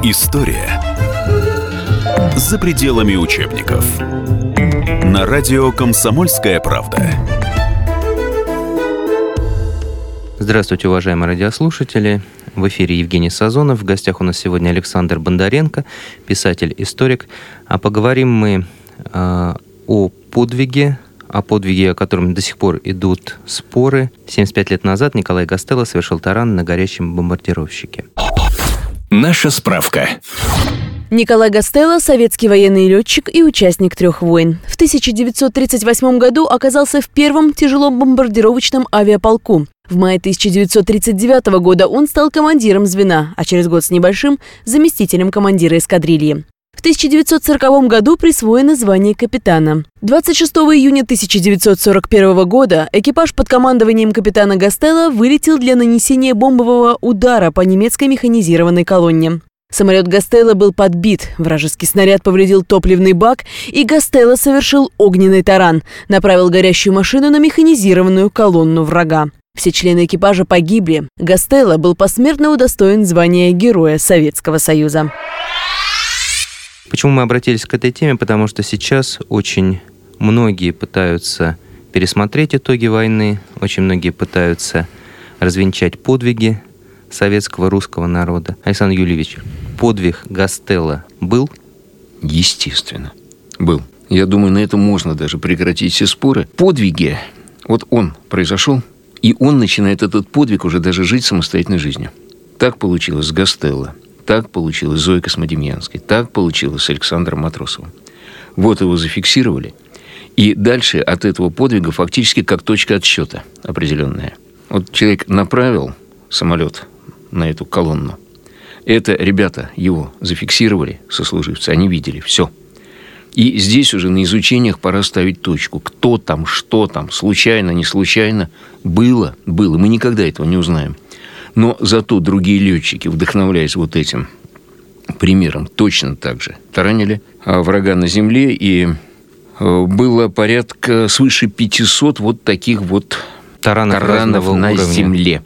История за пределами учебников. На радио «Комсомольская правда». Здравствуйте, уважаемые радиослушатели. В эфире Евгений Сазонов. В гостях у нас сегодня Александр Бондаренко, писатель-историк. А поговорим мы о подвиге, о котором до сих пор идут споры. 75 лет назад Николай Гастелло совершил таран на горящем бомбардировщике. Наша справка. Николай Гастелло – советский военный летчик и участник 3 войн. В 1938 году оказался в первом тяжелом бомбардировочном авиаполку. В мае 1939 года он стал командиром звена, а через год с небольшим – заместителем командира эскадрильи. В 1940 году присвоено звание капитана. 26 июня 1941 года экипаж под командованием капитана Гастелло вылетел для нанесения бомбового удара по немецкой механизированной колонне. Самолет Гастелло был подбит, вражеский снаряд повредил топливный бак, и Гастелло совершил огненный таран, направил горящую машину на механизированную колонну врага. Все члены экипажа погибли. Гастелло был посмертно удостоен звания Героя Советского Союза. Почему мы обратились к этой теме? Потому что сейчас очень многие пытаются пересмотреть итоги войны, очень многие пытаются развенчать подвиги советского русского народа. Александр Юльевич, подвиг Гастелло был? Естественно, был. Я думаю, на этом можно даже прекратить все споры. Подвиги, вот он произошел, и он начинает этот подвиг уже даже жить самостоятельной жизнью. Так получилось с Гастелло. Так получилось с Зоей Космодемьянской. Так получилось с Александром Матросовым. Вот его зафиксировали. И дальше от этого подвига фактически как точка отсчета определенная. Вот человек направил самолет на эту колонну. Это ребята его зафиксировали, сослуживцы. Они видели. Все. И здесь уже на изучениях пора ставить точку. Кто там, что там, случайно, не случайно. Было. Мы никогда этого не узнаем. Но зато другие летчики, вдохновляясь вот этим примером, точно так же таранили врага на земле. И было порядка свыше 500 вот таких вот таранов на земле.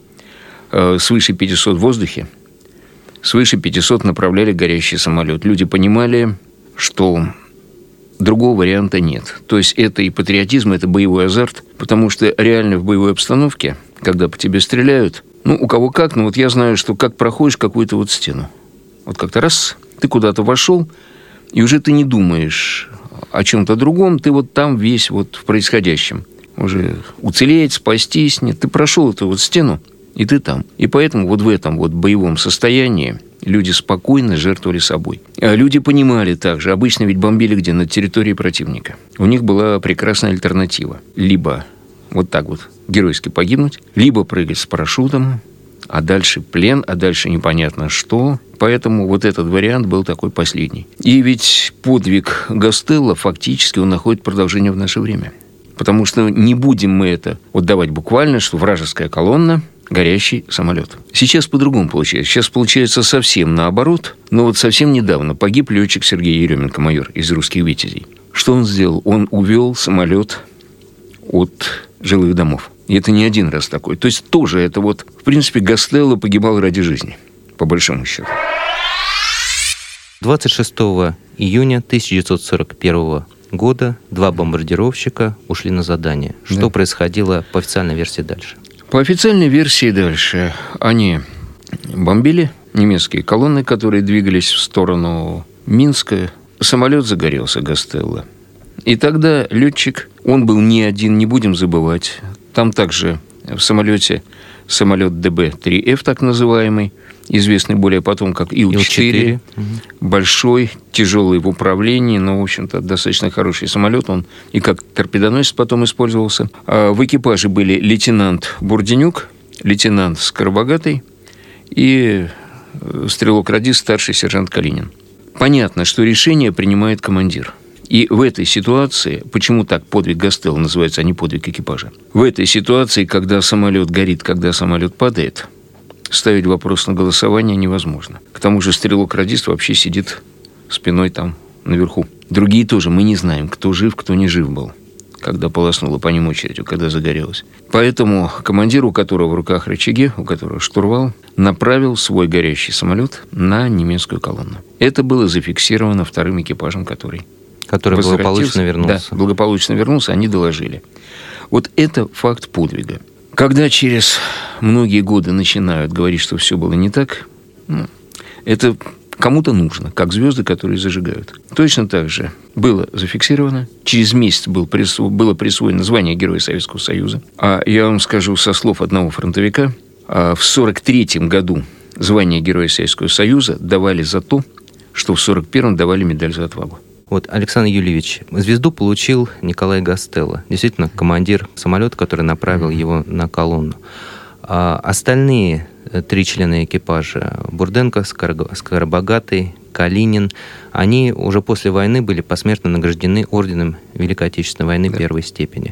Свыше 500 в воздухе, свыше 500 направляли горящий самолет. Люди понимали, что другого варианта нет. То есть это и патриотизм, это боевой азарт, потому что реально в боевой обстановке, когда по тебе стреляют, у кого как, вот я знаю, что как проходишь какую-то вот стену. Вот как-то раз ты куда-то вошел, и уже ты не думаешь о чем-то другом, ты вот там весь вот в происходящем. Уже уцелеть, спастись, нет. Ты прошел эту вот стену, и ты там. И поэтому вот в этом вот боевом состоянии люди спокойно жертвовали собой. А люди понимали также, обычно ведь бомбили где? На территории противника. У них была прекрасная альтернатива. Либо вот так вот геройски погибнуть, либо прыгать с парашютом, а дальше плен, а дальше непонятно что. Поэтому вот этот вариант был такой последний. И ведь подвиг Гастелло фактически он находит продолжение в наше время. Потому что не будем мы это вот давать буквально, что вражеская колонна, горящий самолет. Сейчас по-другому получается. Сейчас получается совсем наоборот. Но вот совсем недавно погиб летчик Сергей Еременко, майор из «Русских витязей». Что он сделал? Он увел самолет от жилых домов. И это не один раз такой. То есть тоже это вот, в принципе, Гастелло погибал ради жизни, по большому счету. 26 июня 1941 года 2 бомбардировщика ушли на задание. Что происходило по официальной версии дальше? По официальной версии дальше они бомбили немецкие колонны, которые двигались в сторону Минска. Самолет загорелся Гастелло. И тогда летчик, он был не один, не будем забывать. Там также в самолете самолет ДБ-3Ф, так называемый, известный более потом как Ил-4. Большой, тяжелый в управлении, но, в общем-то, достаточно хороший самолет. Он и как торпедоносец потом использовался. А в экипаже были лейтенант Бурденюк, лейтенант Скоробогатый и стрелок-радист старший сержант Калинин. Понятно, что решение принимает командир. И в этой ситуации, почему так подвиг Гастелло называется, а не подвиг экипажа? В этой ситуации, когда самолет горит, когда самолет падает, ставить вопрос на голосование невозможно. К тому же стрелок-радист вообще сидит спиной там наверху. Другие тоже, мы не знаем, кто жив, кто не жив был. когда полоснула по ним очередью, когда загорелась. Поэтому командир, у которого в руках рычаги, у которого штурвал, направил свой горящий самолет на немецкую колонну. Это было зафиксировано вторым экипажем, который благополучно вернулся. Да, благополучно вернулся, они доложили. Вот это факт подвига. Когда через многие годы начинают говорить, что все было не так, это кому-то нужно, как звезды, которые зажигают. Точно так же было зафиксировано. Через месяц было присвоено звание Героя Советского Союза. А я вам скажу со слов одного фронтовика, в 1943 году звание Героя Советского Союза давали за то, что в 1941 давали медаль за отвагу. Вот, Александр Юльевич, звезду получил Николай Гастелло, действительно командир самолета, который направил его на колонну. А остальные 3 члена экипажа, Бурденко, Скоробогатый, Калинин, они уже после войны были посмертно награждены орденом Великой Отечественной войны первой степени.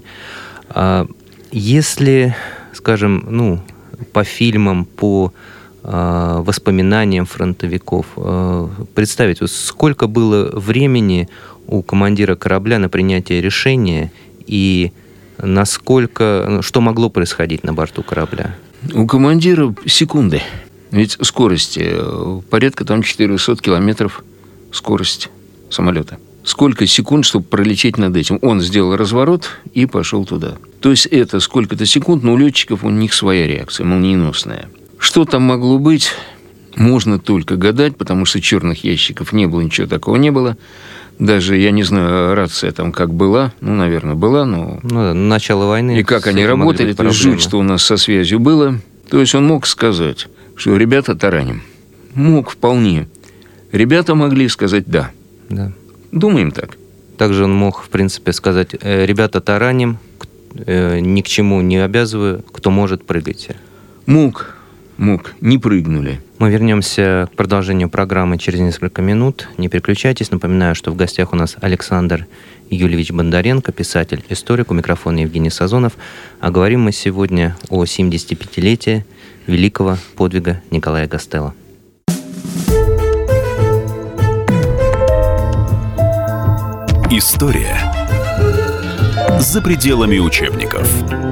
Если, скажем, по фильмам, по воспоминаниям фронтовиков, представить, сколько было времени у командира корабля на принятие решения и насколько, что могло происходить на борту корабля? У командира секунды. Ведь скорость порядка 400 километров скорость самолета. Сколько секунд, чтобы пролететь над этим? Он сделал разворот и пошел туда. То есть это сколько-то секунд, но у летчиков у них своя реакция, молниеносная. Что там могло быть, можно только гадать, потому что черных ящиков не было, ничего такого не было. Даже, я не знаю, рация там как была, наверное, была, но... начало войны. И как они работали, то есть жуть, что у нас со связью было. То есть он мог сказать, что ребята тараним. Мог вполне. Ребята могли сказать «да». Да. Думаем так. Также он мог, в принципе, сказать «ребята тараним, ни к чему не обязываю, кто может, прыгайте». Мог, не прыгнули. Мы вернемся к продолжению программы через несколько минут. Не переключайтесь. Напоминаю, что в гостях у нас Александр Юльевич Бондаренко, писатель, историк. У микрофона Евгений Сазонов. А говорим мы сегодня о 75-летии великого подвига Николая Гастелло. История за пределами учебников.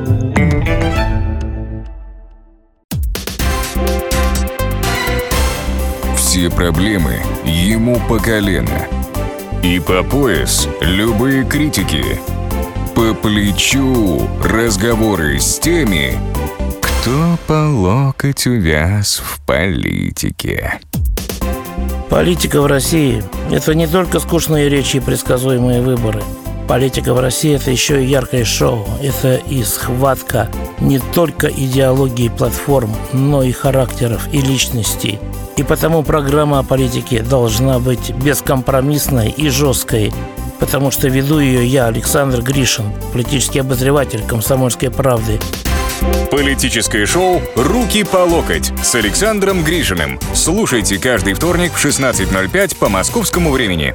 Все проблемы ему по колено. И по пояс любые критики. По плечу разговоры с теми, кто по локоть увяз в политике. Политика в России – это не только скучные речи и предсказуемые выборы. Политика в России – это еще и яркое шоу. Это и схватка не только идеологии платформ, но и характеров и личностей. И потому программа о политике должна быть бескомпромиссной и жесткой, потому что веду ее я, Александр Гришин, политический обозреватель «Комсомольской правды». Политическое шоу «Руки по локоть» с Александром Гришиным. Слушайте каждый вторник в 16:05 по московскому времени.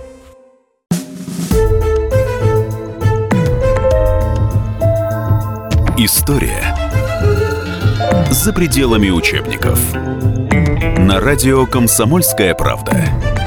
История за пределами учебников. На радио «Комсомольская правда».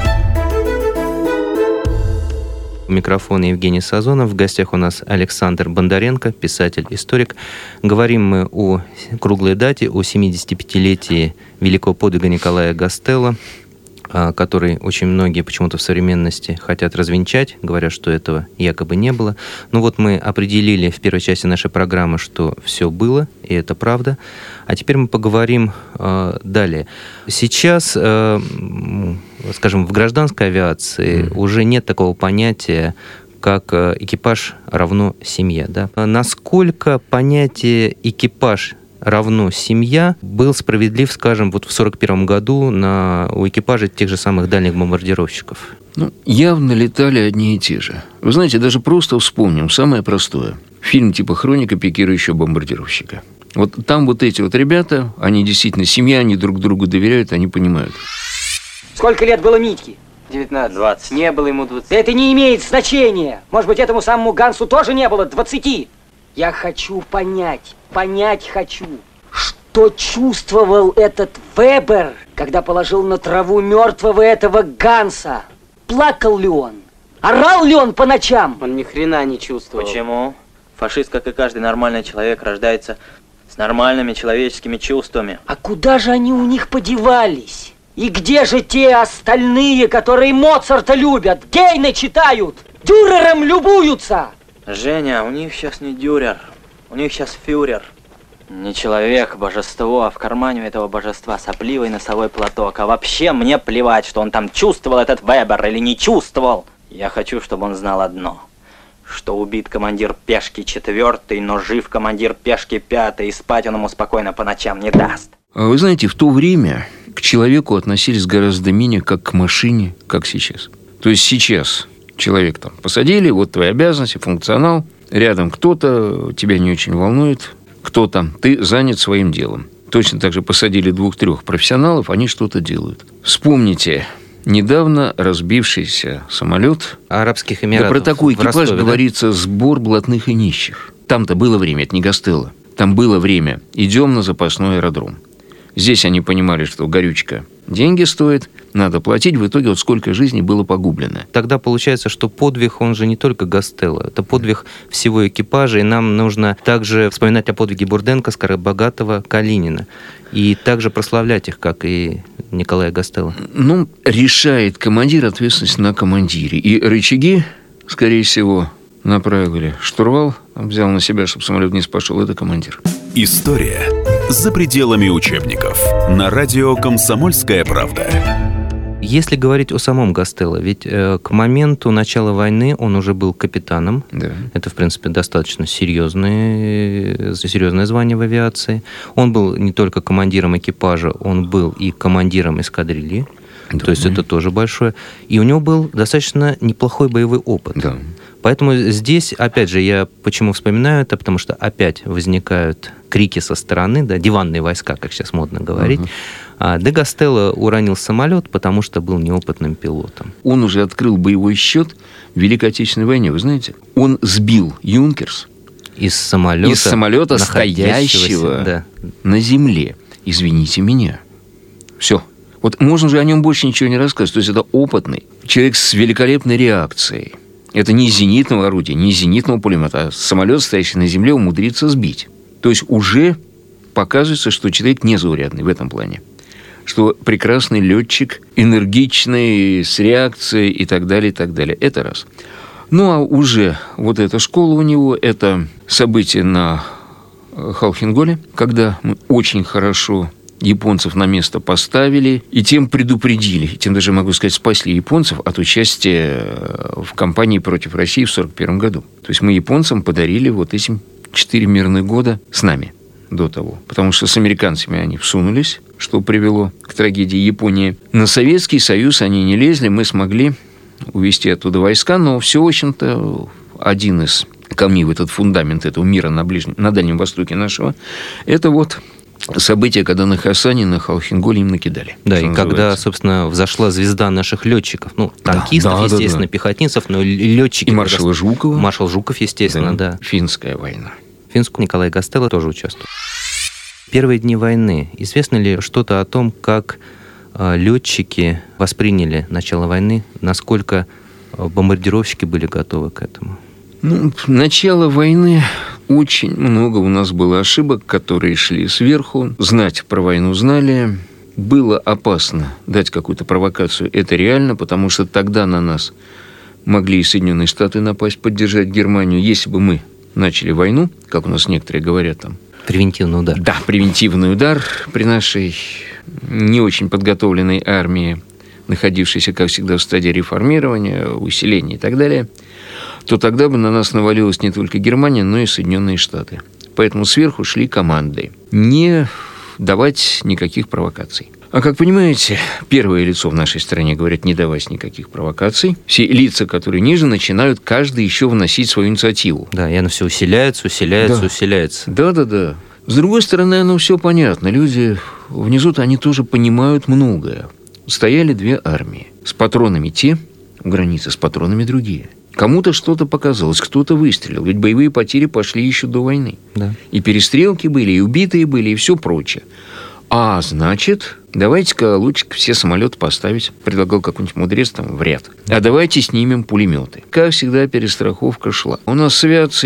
У микрофона Евгений Сазонов. В гостях у нас Александр Бондаренко, писатель, историк. Говорим мы о круглой дате, о 75-летии великого подвига Николая Гастелло, который очень многие почему-то в современности хотят развенчать, говоря, что этого якобы не было. Но вот мы определили в первой части нашей программы, что все было, и это правда. А теперь мы поговорим далее. Сейчас, скажем, в гражданской авиации уже нет такого понятия, как экипаж равно семья. Да? Насколько понятие экипаж равно семья был справедлив, скажем, вот в 1941 году у экипажа тех же самых дальних бомбардировщиков? Явно летали одни и те же. Вы знаете, даже просто вспомним самое простое. Фильм типа «Хроника пикирующего бомбардировщика». Вот там вот эти вот ребята, они действительно семья, они друг другу доверяют, они понимают. Сколько лет было Митьке? 19. 20. Не было ему 20. Это не имеет значения. Может быть, этому самому Гансу тоже не было 20. Я хочу понять хочу, что чувствовал этот Вебер, когда положил на траву мертвого этого Ганса. Плакал ли он? Орал ли он по ночам? Он ни хрена не чувствовал. Почему? Фашист, как и каждый нормальный человек, рождается с нормальными человеческими чувствами. А куда же они у них подевались? И где же те остальные, которые Моцарта любят, Гейне читают, Дюрером любуются? Женя, у них сейчас не дюрер, у них сейчас фюрер. Не человек, божество, а в кармане у этого божества сопливый носовой платок. А вообще мне плевать, что он там чувствовал, этот Вебер, или не чувствовал. Я хочу, чтобы он знал одно. Что убит командир пешки 4, но жив командир пешки 5, и спать он ему спокойно по ночам не даст. А вы знаете, в то время к человеку относились гораздо менее как к машине, как сейчас. То есть сейчас человек там посадили, вот твои обязанности, функционал, рядом кто-то, тебя не очень волнует, кто там, ты занят своим делом. Точно так же посадили 2-3 профессионалов, они что-то делают. Вспомните недавно разбившийся самолет. Арабских Эмиратов. Да про такой экипаж Ростове, говорится, сбор блатных и нищих. Там-то было время, это не Гастелло. Там было время, идем на запасной аэродром. Здесь они понимали, что горючка деньги стоит, надо платить. В итоге вот сколько жизней было погублено. Тогда получается, что подвиг, он же не только Гастелло. Это подвиг всего экипажа. И нам нужно также вспоминать о подвиге Бурденко, Скоробогатова, Калинина. И также прославлять их, как и Николая Гастелло. Ну, решает командир, ответственность на командире. И рычаги, скорее всего, направили штурвал, взял на себя, чтобы самолет вниз пошел. Это командир. История за пределами учебников. На радио «Комсомольская правда». Если говорить о самом Гастелло, ведь к моменту начала войны он уже был капитаном. Да. Это, в принципе, достаточно серьезное звание в авиации. Он был не только командиром экипажа, он был и командиром эскадрильи. Да. То есть это тоже большое. И у него был достаточно неплохой боевой опыт. Да. Поэтому здесь, опять же, я почему вспоминаю это, потому что опять возникают крики со стороны, да, диванные войска, как сейчас модно говорить. Де Гастелло уронил самолет, потому что был неопытным пилотом. Он уже открыл боевой счет в Великой Отечественной войне, вы знаете? Он сбил «Юнкерс» из самолета стоящего на земле. Извините меня. Все. Вот можно же о нем больше ничего не рассказывать. То есть это опытный человек с великолепной реакцией. Это не из зенитного орудия, не из зенитного пулемета, а самолет, стоящий на земле, умудрится сбить. То есть уже показывается, что человек незаурядный в этом плане. Что прекрасный летчик, энергичный, с реакцией и так далее, и так далее. Это раз. Ну, а уже вот эта школа у него, это событие на Халхин-Голе, когда мы очень хорошо японцев на место поставили, и тем предупредили, тем даже, могу сказать, спасли японцев от участия в кампании против России в 1941 году. То есть мы японцам подарили вот эти 4 мирных года с нами до того. Потому что с американцами они всунулись, что привело к трагедии Японии. На Советский Союз они не лезли, мы смогли увести оттуда войска, но все, в общем-то, один из камней в этот фундамент этого мира на Дальнем Востоке нашего, это вот события, когда на Хасане, на Халхин-Голе им накидали. Да, и когда, собственно, взошла звезда наших летчиков. Ну, танкистов, естественно, пехотинцев, но летчики... И маршала Жукова. Маршал Жуков, естественно, да. Финская война. Финскую Николай Гастелло тоже участвовал. Первые дни войны. Известно ли что-то о том, как летчики восприняли начало войны? Насколько бомбардировщики были готовы к этому? Ну, начало войны... Очень много у нас было ошибок, которые шли сверху. Знать про войну знали. Было опасно дать какую-то провокацию. Это реально, потому что тогда на нас могли и Соединенные Штаты напасть, поддержать Германию. Если бы мы начали войну, как у нас некоторые говорят там... Превентивный удар. Да, превентивный удар при нашей не очень подготовленной армии, находившейся, как всегда, в стадии реформирования, усиления и так далее, то тогда бы на нас навалилась не только Германия, но и Соединенные Штаты. Поэтому сверху шли команды не давать никаких провокаций. А как понимаете, первое лицо в нашей стране говорят не давать никаких провокаций. Все лица, которые ниже, начинают каждый еще вносить свою инициативу. Да, и оно все усиляется. Да. С другой стороны, оно все понятно. Люди внизу-то они тоже понимают многое. Стояли 2 армии. С патронами те у границы, с патронами другие. Кому-то что-то показалось, кто-то выстрелил. Ведь боевые потери пошли еще до войны. Да. И перестрелки были, и убитые были, и все прочее. А значит, давайте-ка лучше все самолеты поставить, предлагал какой-нибудь мудрец там в ряд. А давайте снимем пулеметы. Как всегда, перестраховка шла. У нас с авиацией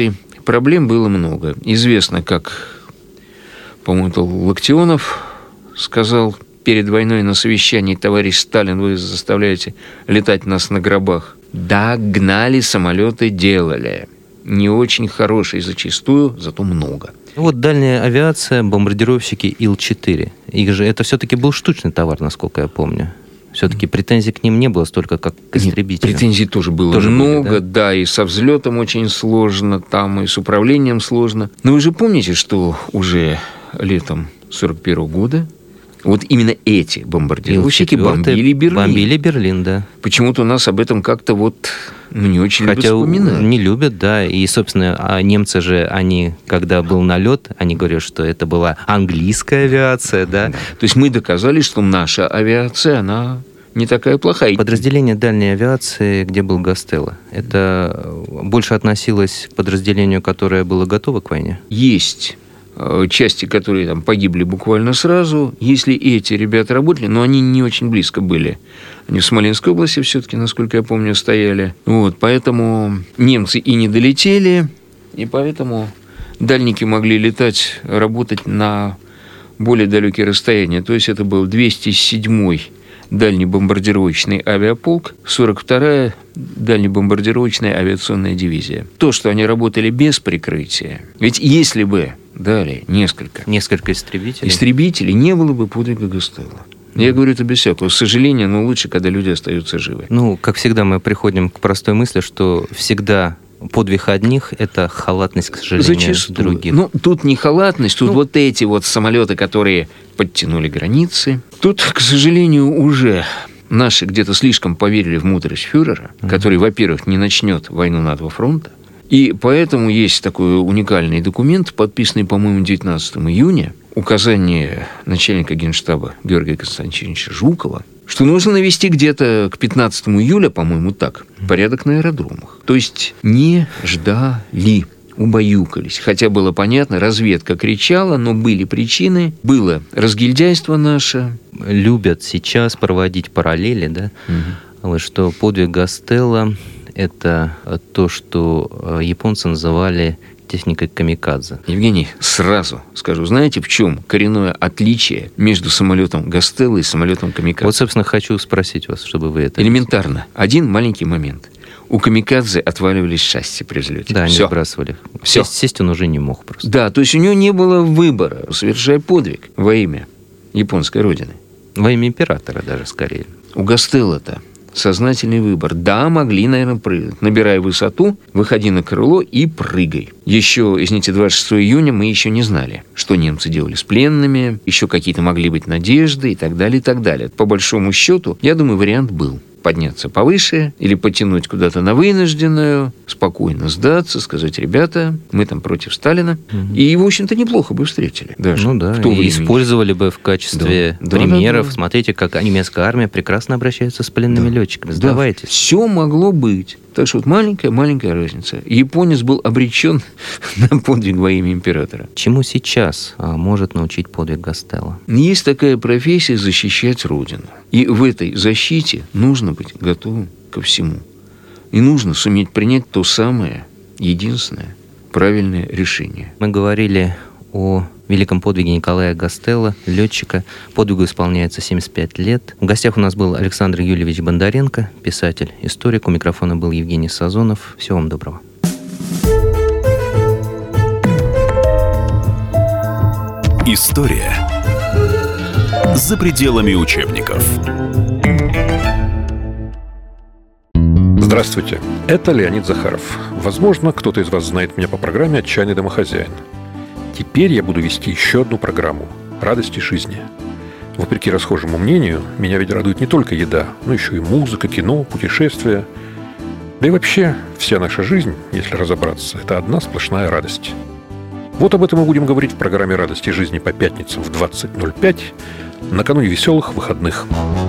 проблем было много. Известно, как, по-моему, это Локтионов сказал перед войной на совещании: товарищ Сталин, вы заставляете летать нас на гробах. Да, гнали, самолеты делали. Не очень хорошие зачастую, зато много. Вот дальняя авиация, бомбардировщики Ил-4. Их же это все-таки был штучный товар, насколько я помню. Все-таки претензий к ним не было столько, как к истребителям. Нет, претензий тоже было много, да, и со взлетом очень сложно, там и с управлением сложно. Но вы же помните, что уже летом 1941 года вот именно эти бомбардировщики бомбили Берлин. Бомбили Берлин, да. Почему-то у нас об этом как-то вот не очень любят вспоминать. Хотя не любят, да. И, собственно, немцы же, они, когда был налет, они говорят, что это была английская авиация, да. То есть мы доказали, что наша авиация, она не такая плохая. Подразделение дальней авиации, где был Гастелло, это больше относилось к подразделению, которое было готово к войне? Есть части, которые там погибли буквально сразу. Если эти ребята работали, но они не очень близко были. Они в Смоленской области все-таки, насколько я помню, стояли. Вот, поэтому немцы и не долетели, и поэтому дальники могли летать, работать на более далекие расстояния. То есть это был 207-й дальний бомбардировочный авиаполк, 42-я дальнебомбардировочная авиационная дивизия. То, что они работали без прикрытия. Ведь если бы дали несколько истребителей, не было бы подвига Гастелло. Я говорю это без всякого сожаления, но лучше, когда люди остаются живы. Ну, как всегда, мы приходим к простой мысли, что всегда подвиг одних – это халатность, к сожалению, зачастую других. Ну, тут не халатность, тут вот эти вот самолеты, которые подтянули границы. Тут, к сожалению, уже наши где-то слишком поверили в мудрость фюрера, который, во-первых, не начнет войну на два фронта. И поэтому есть такой уникальный документ, подписанный, по-моему, 19 июня, указание начальника Генштаба Георгия Константиновича Жукова, что нужно навести где-то к 15 июля, по-моему, так, порядок на аэродромах. То есть не ждали, убаюкались. Хотя было понятно, разведка кричала, но были причины, было разгильдяйство наше. Любят сейчас проводить параллели, да, вот, что подвиг Гастелло – это то, что японцы называли техникой камикадзе. Евгений, сразу скажу, знаете, в чем коренное отличие между самолетом Гастелло и самолетом камикадзе? Вот, собственно, хочу спросить вас, чтобы вы это... Элементарно. Один маленький момент. У камикадзе отваливались шасси при взлете. Да, они сбрасывали. Все. Сесть он уже не мог просто. Да, то есть у него не было выбора, совершая подвиг во имя японской родины. Во имя императора даже, скорее. У Гастелло-то сознательный выбор. Да, могли, наверное, прыгать. Набирай высоту, выходи на крыло и прыгай. Еще, извините, 26 июня мы еще не знали, что немцы делали с пленными, еще какие-то могли быть надежды и так далее, и так далее. По большому счету, я думаю, вариант был. Подняться повыше или потянуть куда-то на вынужденную, спокойно сдаться, сказать: ребята, мы там против Сталина. И, в общем-то, неплохо бы встретили. Даже ну да, и использовали бы в качестве примеров. Да. Смотрите, как немецкая армия прекрасно обращается с пленными летчиками. Сдавайтесь. Да, все могло быть. Так что вот маленькая разница. Японец был обречен на подвиг во имя императора. Чему сейчас может научить подвиг Гастелло? Есть такая профессия — защищать Родину. И в этой защите нужно быть готовым ко всему. И нужно суметь принять то самое, единственное, правильное решение. Мы говорили о великом подвиге Николая Гастелло, летчика. Подвигу исполняется 75 лет. В гостях у нас был Александр Юльевич Бондаренко, писатель, историк. У микрофона был Евгений Сазонов. Всего вам доброго. История за пределами учебников. Здравствуйте, это Леонид Захаров. Возможно, кто-то из вас знает меня по программе «Отчаянный домохозяин». Теперь я буду вести еще одну программу «Радости жизни». Вопреки расхожему мнению, меня ведь радует не только еда, но еще и музыка, кино, путешествия. Да и вообще, вся наша жизнь, если разобраться, это одна сплошная радость. Вот об этом мы будем говорить в программе «Радости жизни» по пятницам в 20:05, накануне веселых выходных.